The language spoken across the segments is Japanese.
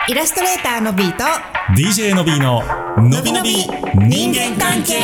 イラストレーターのビーと DJ のビーののびのび人間関係。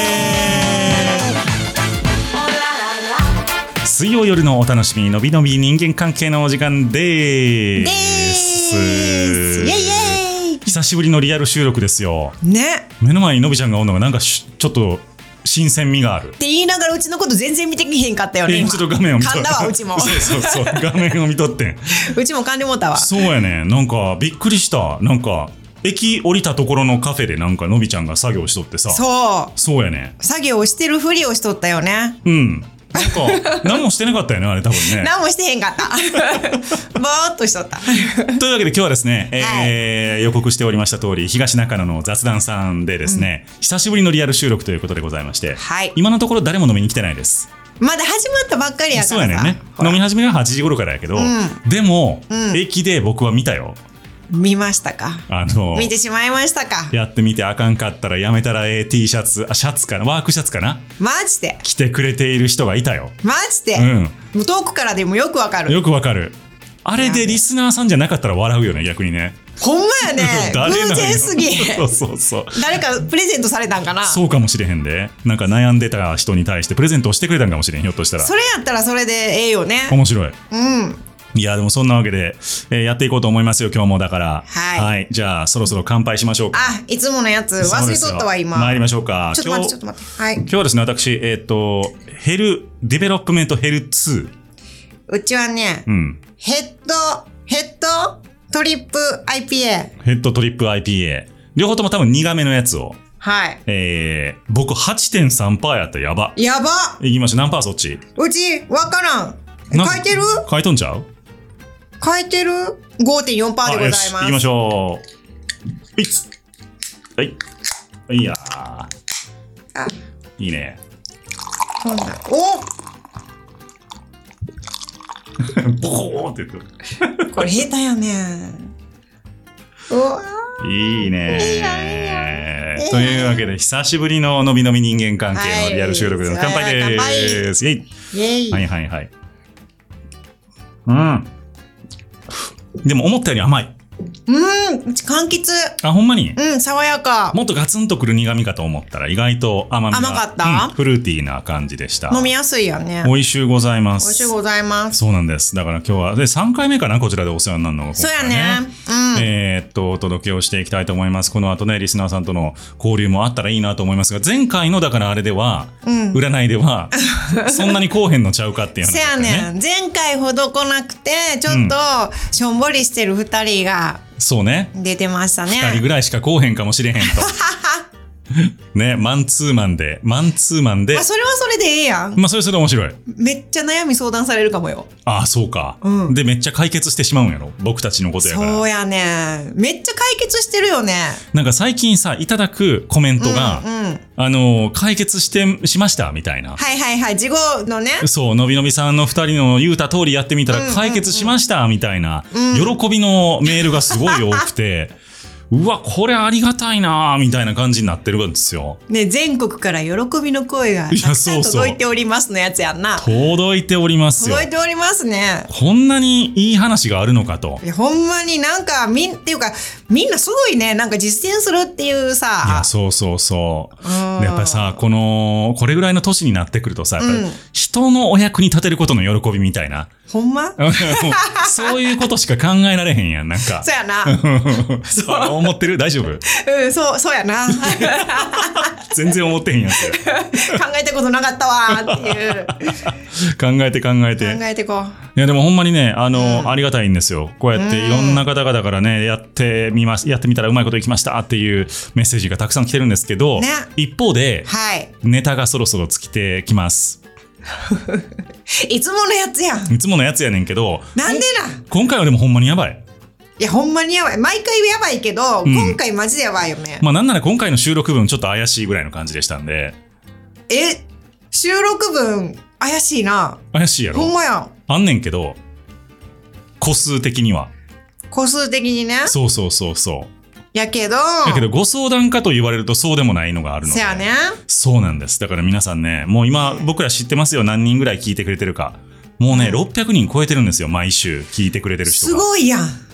水曜夜のお楽しみ、のびのび人間関係のお時間でーす。 イエイイエイ。 久しぶりのリアル収録ですよ。 ね。 目の前にのびちゃんがおるのがなんかちょっと新鮮味があるって言いながらうちのこと全然見てきへんかったよね。 ちょっと画面を見と噛んだわうちも。 そう画面を見とってん。 うちも噛んでもったわ。 そうやね。なんかびっくりした。なんか駅降りたところのカフェでなんかのびちゃんが作業しとってさ。そうやね。 作業をしてるふりをしとったよね。 うん。なんか何もしてなかったよね、あれ多分ね。 何もしてへんかった。ぼーっとしとった。 というわけで今日はですね、予告しておりました通り、東中野の雑談さんでですね、久しぶりのリアル収録ということでございまして、今のところ誰も飲みに来てないです。 まだ始まったばっかりやからさ。 そうやね。飲み始めが8時頃からやけど、でも、駅で僕は見たよ。 見ましたか？見てしまいましたか？ やってみてあかんかったらやめたらT シャツ、シャツかな、ワークシャツかな、 マジで着てくれている人がいたよ。 マジで、もう遠くからでもよくわかる。 よくわかる。あれでリスナーさんじゃなかったら笑うよね、逆にね。 ほんまやね。偶然すぎ。 そう誰かプレゼントされたんかな。 そうかもしれへんで。なんか悩んでた人に対してプレゼントをしてくれたんかもしれん、ひょっとしたら。 それやったらそれでええよね。 面白い。いやでもそんなわけで、やっていこうと思いますよ、今日も。だからはい、じゃあそろそろ乾杯しましょうか。 いつものやつ忘れとったわ今。 参りましょうか。 ちょっと待って、はい、 今日はですね、私デベロップメントヘル2。 うちはね、ヘッドトリップ IPA。 ヘッドトリップ IPA 両方とも多分苦めのやつを。 はい。 僕 8.3% やったらやば。いきましょう。何パーそっち？ うちわからん。書いてる？ 書いとんちゃう？ 書いてる？ 5.4% でございます。 行きましょう。はい。いやー。いいね。ボコーンって言ってる。 これ下手やね。 いいね。というわけで久しぶりののびのび人間関係のリアル収録での乾杯です。イェイ。はい。でも思ったより甘い。 柑橘。 ほんまに？ 爽やか。 もっとガツンとくる苦味かと思ったら意外と甘みが。 甘かった？ フルーティーな感じでした。 飲みやすいやね。 美味しゅうございます。 美味しゅうございます。 そうなんです。だから今日は3回目かな、こちらでお世話になるのが。 そうやね。 お届けをしていきたいと思います。この後ね、リスナーさんとの交流もあったらいいなと思いますが、前回のだからあれでは、占いではそんなにこうへんのちゃうかっていう話だったね。 そうやね。前回ほど来なくてちょっとしょんぼりしてる2人がそうね。 出てましたね。 2人ぐらいしかこうへんかもしれへんと。ね、マンツーマンで。それはそれでええやん。 それ面白い。 めっちゃ悩み相談されるかもよ。 そうか。で、めっちゃ解決してしまうんやろ、僕たちのことやから。 そうやね。めっちゃ解決してるよね。 なんか最近さ、いただくコメントが、解決しましたみたいな。 はい。事後のね。 そう、のびのびさんの2人の言うた通りやってみたら解決しましたみたいな、喜びのメールがすごい多くて、うわ、これありがたいなみたいな感じになってるんですよ。 ね、全国から喜びの声がたくさん届いておりますのやつやんな。 届いておりますよ。 届いておりますね。 こんなにいい話があるのかと。 いや、ほんまになんかっていうか、みんなすごいね、なんか実践するっていうさ。 いや、そう。でやっぱりさ、これぐらいの年になってくるとさ、やっぱり人のお役に立てることの喜びみたいな。 ほんま？ そういうことしか考えられへんやん、なんか。 そうやな。 そう思ってる？大丈夫？ そうやな。 全然思ってへんやつ。 考えたことなかったわーっていう。 考えて。 考えてこう。 いやでもほんまにね、ありがたいんですよ。こうやっていろんな方々からね、やってみたらうまいこといきましたっていうメッセージがたくさん来てるんですけど、一方で、ネタがそろそろ尽きてきます。 いつものやつやん。 いつものやつやねんけど。 なんで今回はでもほんまにやばい。 いや、ほんまにやばい。毎回やばいけど、今回マジでやばいよね。 なんなら今回の収録分ちょっと怪しいぐらいの感じでしたんで。 収録分怪しいな。 怪しいやろ。 ほんまやん。 あんねんけど、個数的には。 個数的にね。 そう。やけどご相談かと言われるとそうでもないのがあるので。 そうやね。 そうなんです。だから皆さんね、もう今僕ら知ってますよ。何人ぐらい聞いてくれてるか。もうね、600人超えてるんですよ。毎週聞いてくれてる人が。 すごいやん。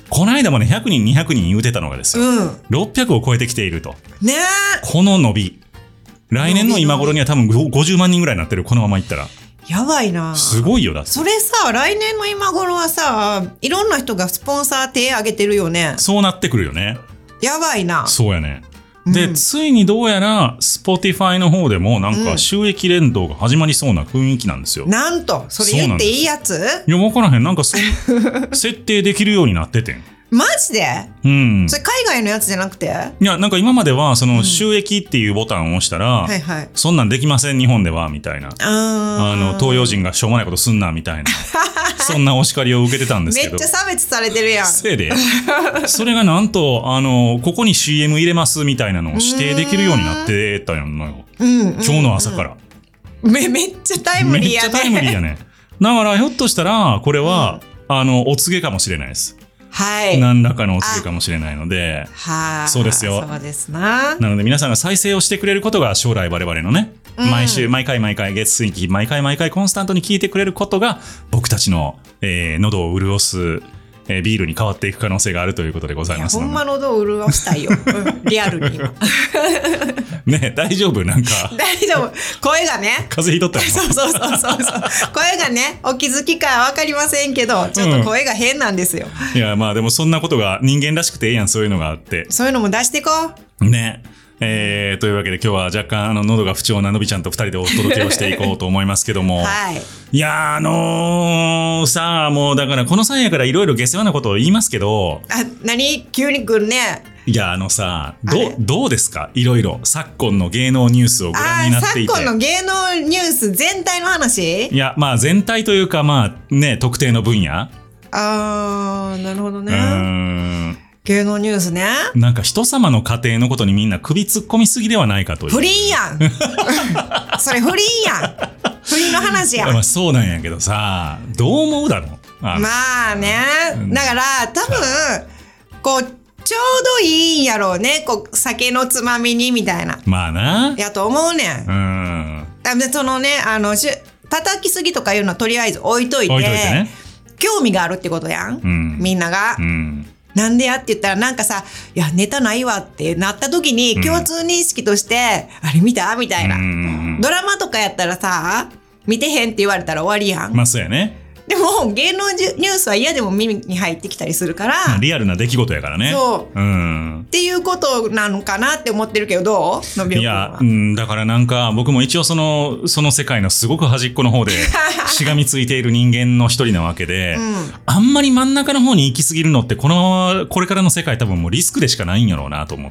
この間もね、100人、200人言うてたのがですよ。600を超えてきていると。 ね、 この伸び。来年の今頃には多分50万人ぐらいになってる、このままいったら。 やばいな。 すごいよ、だって。 それさ、来年の今頃はさ、いろんな人がスポンサー手挙げてるよね。 そうなってくるよね。 やばいな。 そうやね。で、ついにどうやら、Spotify の方でもなんか収益連動が始まりそうな雰囲気なんですよ。 なんと、それ言っていいやつ？ いや、わからへん。なんか設定できるようになっててん。 マジで？ うん。 それ海外のやつじゃなくて？ いや、なんか今までは、その収益っていうボタンを押したら、そんなんできません、日本では、みたいな。東洋人がしょうもないことすんな、みたいな。そんなお叱りを受けてたんですけど。 めっちゃ差別されてるやん。 せいで。それがなんと、ここに CM 入れます、みたいなのを指定できるようになってたのよ。今日の朝から。 めっちゃタイムリーやね。 めっちゃタイムリーやね。だから、ひょっとしたら、これは、お告げかもしれないです。 はい。 何らかのお告げかもしれないので。 はい。 そうですよ。 そうですな。 なので皆さんが再生をしてくれることが将来我々のね、毎週、毎回、月水金、毎回コンスタントに聞いてくれることが、僕たちの、喉を潤す、ビールに変わっていく可能性があるということでございますので。 ほんま喉を潤したいよ。リアルに。 ね、大丈夫なんか。 大丈夫。声がね。 風邪ひいとったよ。 そう。声がね、お気づきかわかりませんけど、ちょっと声が変なんですよ。 いや、まあでもそんなことが人間らしくてええやん、そういうのがあって。 そういうのも出していこう。ね。というわけで今日は若干喉が不調なのびちゃんと二人でお届けをしていこうと思いますけども。 はい。 いやさあもうだからこの際やからいろいろ下世話なことを言いますけど。 何急に来るね。 いやさどうですかいろいろ昨今の芸能ニュースをご覧になっていて。 昨今の芸能ニュース全体の話？ いやまあ全体というかまあね特定の分野。 なるほどね。芸能ニュースね。 なんか人様の家庭のことにみんな首突っ込みすぎではないかという。 不倫やん。それ不倫やん。不倫の話やん。 まあそうなんやけどさ、どう思うだろう。 まあね。だから多分こうちょうどいいんやろうね。こう酒のつまみにみたいな。 まあな。 やと思うねん。そのね叩きすぎとかいうのはとりあえず置いといてね、興味があるってことやん。みんなが。なんでやって言ったらなんかさ、いやネタないわってなった時に共通認識として、あれ見たみたいな。ドラマとかやったらさ、見てへんって言われたら終わりやん。 まあそうやね。 でも芸能ニュースは嫌でも耳に入ってきたりするから、 リアルな出来事やからね。 そう。っていうことなのかなって思ってるけど、どう？のびおくんは。 いや、だからなんか僕も一応その世界のすごく端っこの方でしがみついている人間の一人なわけで、あんまり真ん中の方に行き過ぎるのってこれからの世界多分もうリスクでしかないんやろうなと思って。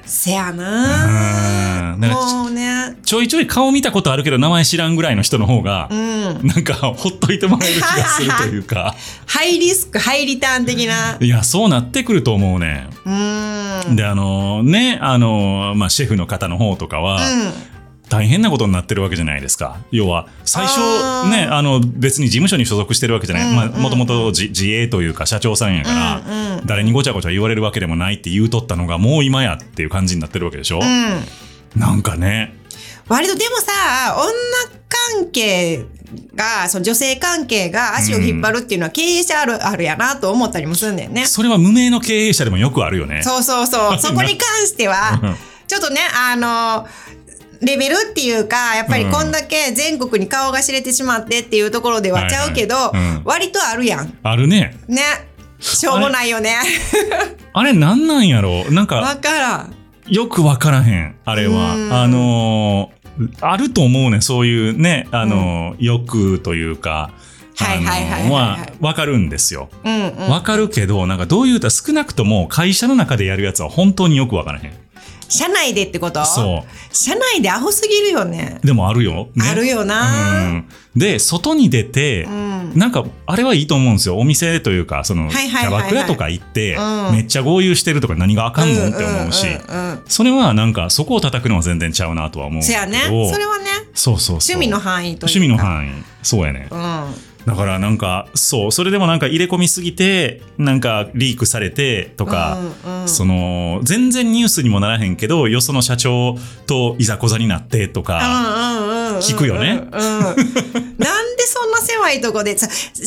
せやな。もうね。 ちょいちょい顔見たことあるけど名前知らんぐらいの人の方が、なんかほっといてもらえる気がするというか。 ハイリスク、ハイリターン的な。 いや、そうなってくると思うね。で、まあ、シェフの方の方とかは、大変なことになってるわけじゃないですか。要は、最初、ね、別に事務所に所属してるわけじゃない。まあ、もともと自営というか社長さんやから、誰にごちゃごちゃ言われるわけでもないって言うとったのが、もう今やっていう感じになってるわけでしょ。なんかね。 割とでもさ、女関係が、その女性関係が足を引っ張るっていうのは経営者あるやなと思ったりもするんだよね。 それは無名の経営者でもよくあるよね。 そう。そこに関しては、ちょっとね、レベルっていうか、やっぱりこんだけ全国に顔が知れてしまってっていうところではちゃうけど、割とあるやん。 あるね。 ね。しょうもないよね。 あれなんなんやろなんか。 わからん。 よくわからへん。あれは。あると思うね。そういうね、欲というか。わかるんですよ。わかるけど、なんかどういうと少なくとも会社の中でやるやつは本当によくわからへん。 社内でってこと？ そう。 社内でアホすぎるよね。 でもあるよ。 ね、あるよな、 で、外に出て、なんか、あれはいいと思うんですよ。お店というか、キャバクラとか行って、めっちゃ豪遊してるとか何があかんのって思うし、それはなんか、そこを叩くのは全然ちゃうなとは思うけど。 そやね。それはね。 そう。 趣味の範囲というか。 趣味の範囲。そうやね。だからなんか、それでもなんか入れ込みすぎて、なんかリークされてとか、全然ニュースにもならへんけど、よその社長といざこざになってとか、聞くよね。 なんでそんな狭いとこでさ、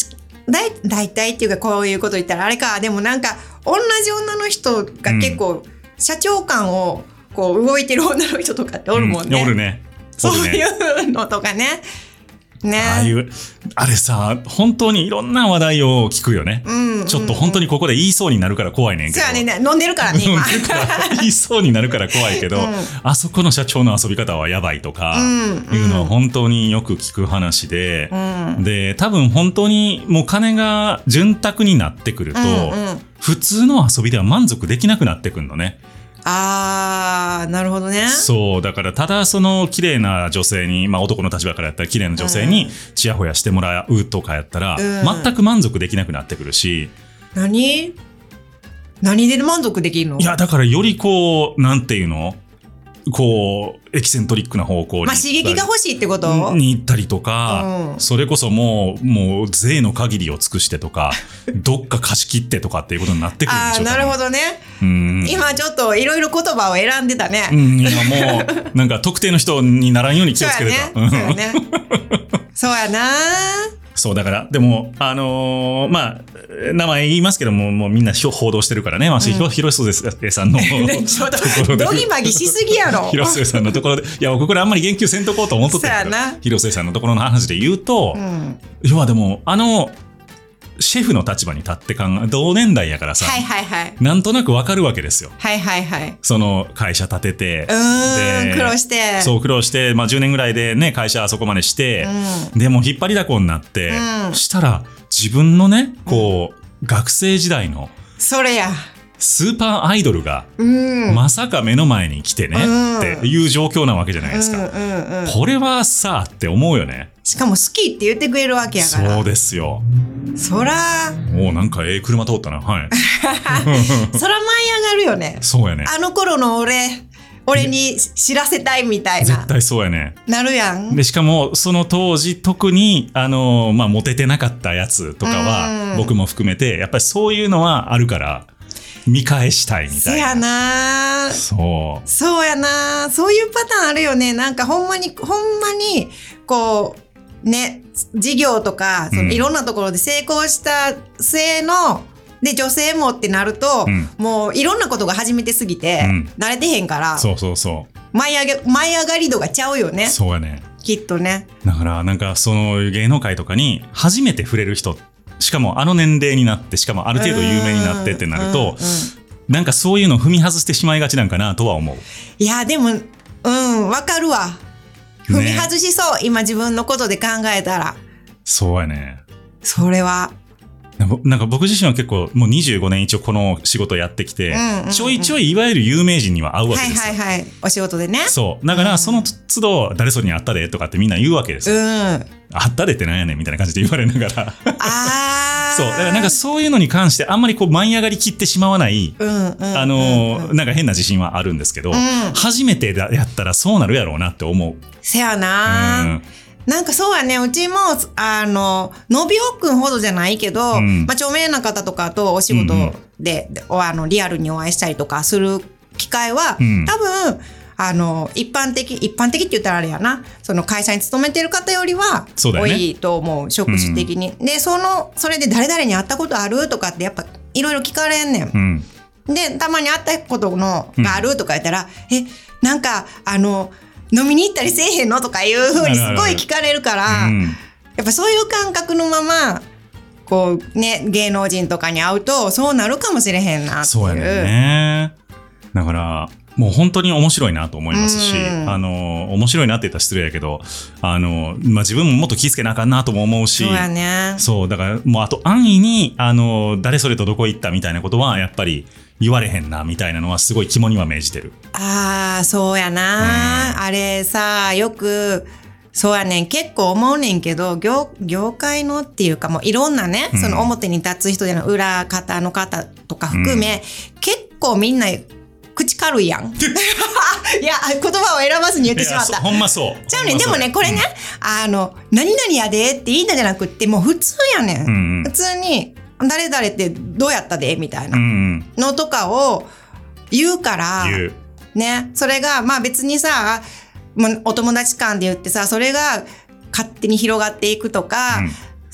大体っていうかこういうこと言ったらあれか、でもなんか同じ女の人が結構社長感をこう動いてる女の人とかっておるもんね。 おるね。 そういうのとかね。ね、 あれさ、本当にいろんな話題を聞くよね。ちょっと本当にここで言いそうになるから怖いねんけど。 そうやね、飲んでるからね今。 言いそうになるから怖いけど、あそこの社長の遊び方はやばいとかいうのは本当によく聞く話で、で多分本当にもう金が潤沢になってくると、普通の遊びでは満足できなくなってくるのね。 なるほどね。 そう、だからただその綺麗な女性に、男の立場からやったら綺麗な女性にチヤホヤしてもらうとかやったら、全く満足できなくなってくるし。 何で満足できるの？ いや、だからよりこう、なんていうの？こう、エキセントリックな方向に。 刺激が欲しいってことに行ったりとか、それこそもう税の限りを尽くしてとか、どっか貸し切ってとかっていうことになってくるんでしょうね。 なるほどね。今ちょっといろいろ言葉を選んでたね。 今もう、なんか特定の人にならんように気をつけてた。 そうやね。そうやな。 そうだからでも名前言いますけども、もうみんな報道してるからね、広末さんのところでドギマギしすぎやろ。 広末さんのところで、いや僕これあんまり言及せんとこうと思っとったけど、広末さんのところの話で言うと、要はでもシェフの立場に立って同年代やからさ、なんとなくわかるわけですよ。その会社建てて、 苦労して。 そう、苦労して、10年ぐらいでね、会社あそこまでして、でも引っ張りだこになって、したら自分のね、こう、学生時代の、 それや。 スーパーアイドルが、まさか目の前に来てね、っていう状況なわけじゃないですか。これはさ、って思うよね。 しかも好きって言ってくれるわけやから。 そうですよ。 そら。 もうなんか車通ったな。はい。 そら舞い上がるよね。 そうやね。 あの頃の俺に知らせたいみたいな。 絶対そうやね。 なるやん。 で、しかも、その当時、特に、モテてなかったやつとかは、僕も含めて、やっぱりそういうのはあるから、見返したいみたいな。 そうやな。そうやな。そういうパターンあるよね。なんかほんまに、こう、ね、事業とか、いろんなところで成功した末の、で、女性もってなると、もういろんなことが始めてすぎて、慣れてへんから、舞い上がり度がちゃうよね。 そうやね。 きっとね。 だから、なんか、その芸能界とかに初めて触れる人、しかもあの年齢になって、しかもある程度有名になってってなると、なんかそういうのを踏み外してしまいがちなんかなとは思う。いや、でも、わかるわ。踏み外しそう、今自分のことで考えたら。 そうやね。 それは。 なんか僕自身は結構もう25年一応この仕事やってきて、ちょいちょいいわゆる有名人には会うわけですよ。 お仕事でね。 そう。だからその都度誰それに会ったでとかってみんな言うわけですよ。会ったでってなんやねんみたいな感じで言われながら。そう。だからなんかそういうのに関してあんまりこう舞い上がりきってしまわない、なんか変な自信はあるんですけど、初めてやったらそうなるやろうなって思う。 せやな。なんかそうやね、うちも、のびおくんほどじゃないけど、著名な方とかとお仕事で、リアルにお会いしたりとかする機会は、多分、一般的って言ったらあれやな、その会社に勤めてる方よりは、多いと思う、職種的に。で、それで誰々に会ったことあるとかってやっぱ、いろいろ聞かれんねん。で、たまに会ったことがあるとか言ったら、なんか、飲みに行ったりせえへんのとかいうふうにすごい聞かれるから、やっぱそういう感覚のまま、こうね、芸能人とかに会うと、そうなるかもしれへんなっていう。 そうやね。だから、もう本当に面白いなと思いますし、面白いなって言ったら失礼やけど、自分ももっと気ぃつけなあかんなとも思うし、 そうやね。 そう、だから、もうあと安易に、誰それとどこ行ったみたいなことは、やっぱり言われへんな、みたいなのはすごい肝には銘じてる。 そうやな。あれさ、よく、そうやねん、結構思うねんけど、業界のっていうかもういろんなね、その表に立つ人での裏方の方とか含め、結構みんな、口軽いやん。いや、言葉を選ばずに言ってしまった。 ほんまそう。 ちゃうねん。でもね、これね、何々やでって言いたじゃなくって、もう普通やねん。普通に、誰々ってどうやったでみたいなのとかを言うから、ね、それが、別にさ、お友達間で言ってさ、それが勝手に広がっていくとか、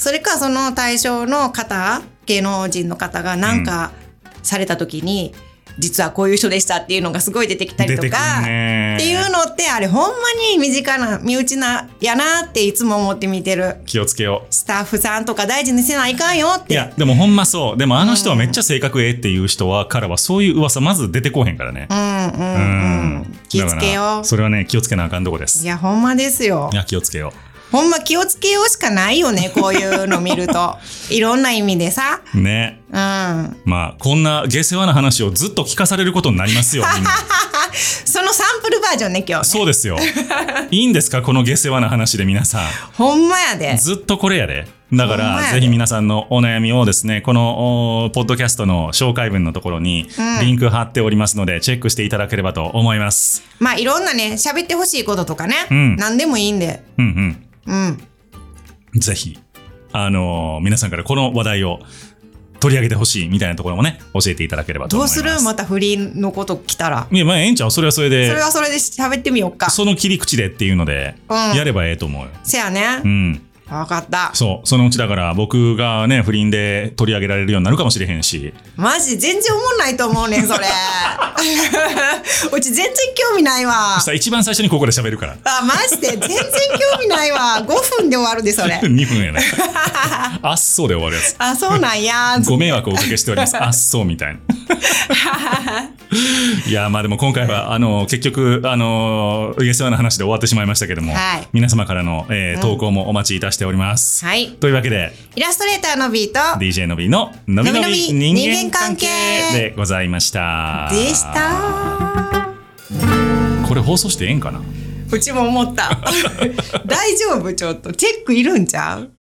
それかその対象の方、芸能人の方がなんかされた時に、実はこういう人でしたっていうのがすごい出てきたりとかっていうのって、あれほんまに身近な身内やなっていつも思って見てる。 気をつけよう。 スタッフさんとか大事にせないかんよって。 いやでもほんまそう。でもあの人はめっちゃ性格ええっていう人は、からはそういう噂まず出てこへんからね。 気をつけよう。 それはね、気をつけなあかんとこです。 いやほんまですよ。 いや気をつけよう。 ほんま気をつけようしかないよね、こういうの見ると。いろんな意味でさ。 ね。まあ、こんな下世話な話をずっと聞かされることになりますよ、みんな。 そのサンプルバージョンね、今日、ね。そうですよ。いいんですか、この下世話な話で皆さん。 ほんまやで。 ずっとこれやで。だから、ぜひ皆さんのお悩みをですね、このポッドキャストの紹介文のところにリンク貼っておりますので、チェックしていただければと思います。 まあ、いろんなね、喋ってほしいこととかね、何でもいいんで。 ぜひ、皆さんからこの話題を取り上げてほしいみたいなところもね、教えていただければと思います。 どうする？また不倫のこと来たら。 いや、まあ、ええんちゃう？それはそれで。 それはそれで喋ってみようか。 その切り口でっていうので、やればええと思うよ。 せやね。わかった。 そう。そのうちだから僕がね、不倫で取り上げられるようになるかもしれへんし。 マジ全然思んないと思うねん、それ。うち全然興味ないわ。 そしたら一番最初にここで喋るから。 あ、マジで全然興味ないわ。5分で終わるで、それ。 2分やね。あっそうで終わるやつ。 あ、そうなんや。 ご迷惑をおかけしております。あっそうみたいな。いや、まあでも今回は、結局、下世話な話で終わってしまいましたけども、皆様からの、投稿もお待ちいたしております。というわけで、 イラストレーターのビーと DJ のビーののびのび人間関係でございました。 でした。 これ放送してええんかな？ うちも思った。大丈夫？ちょっとチェックいるんちゃう？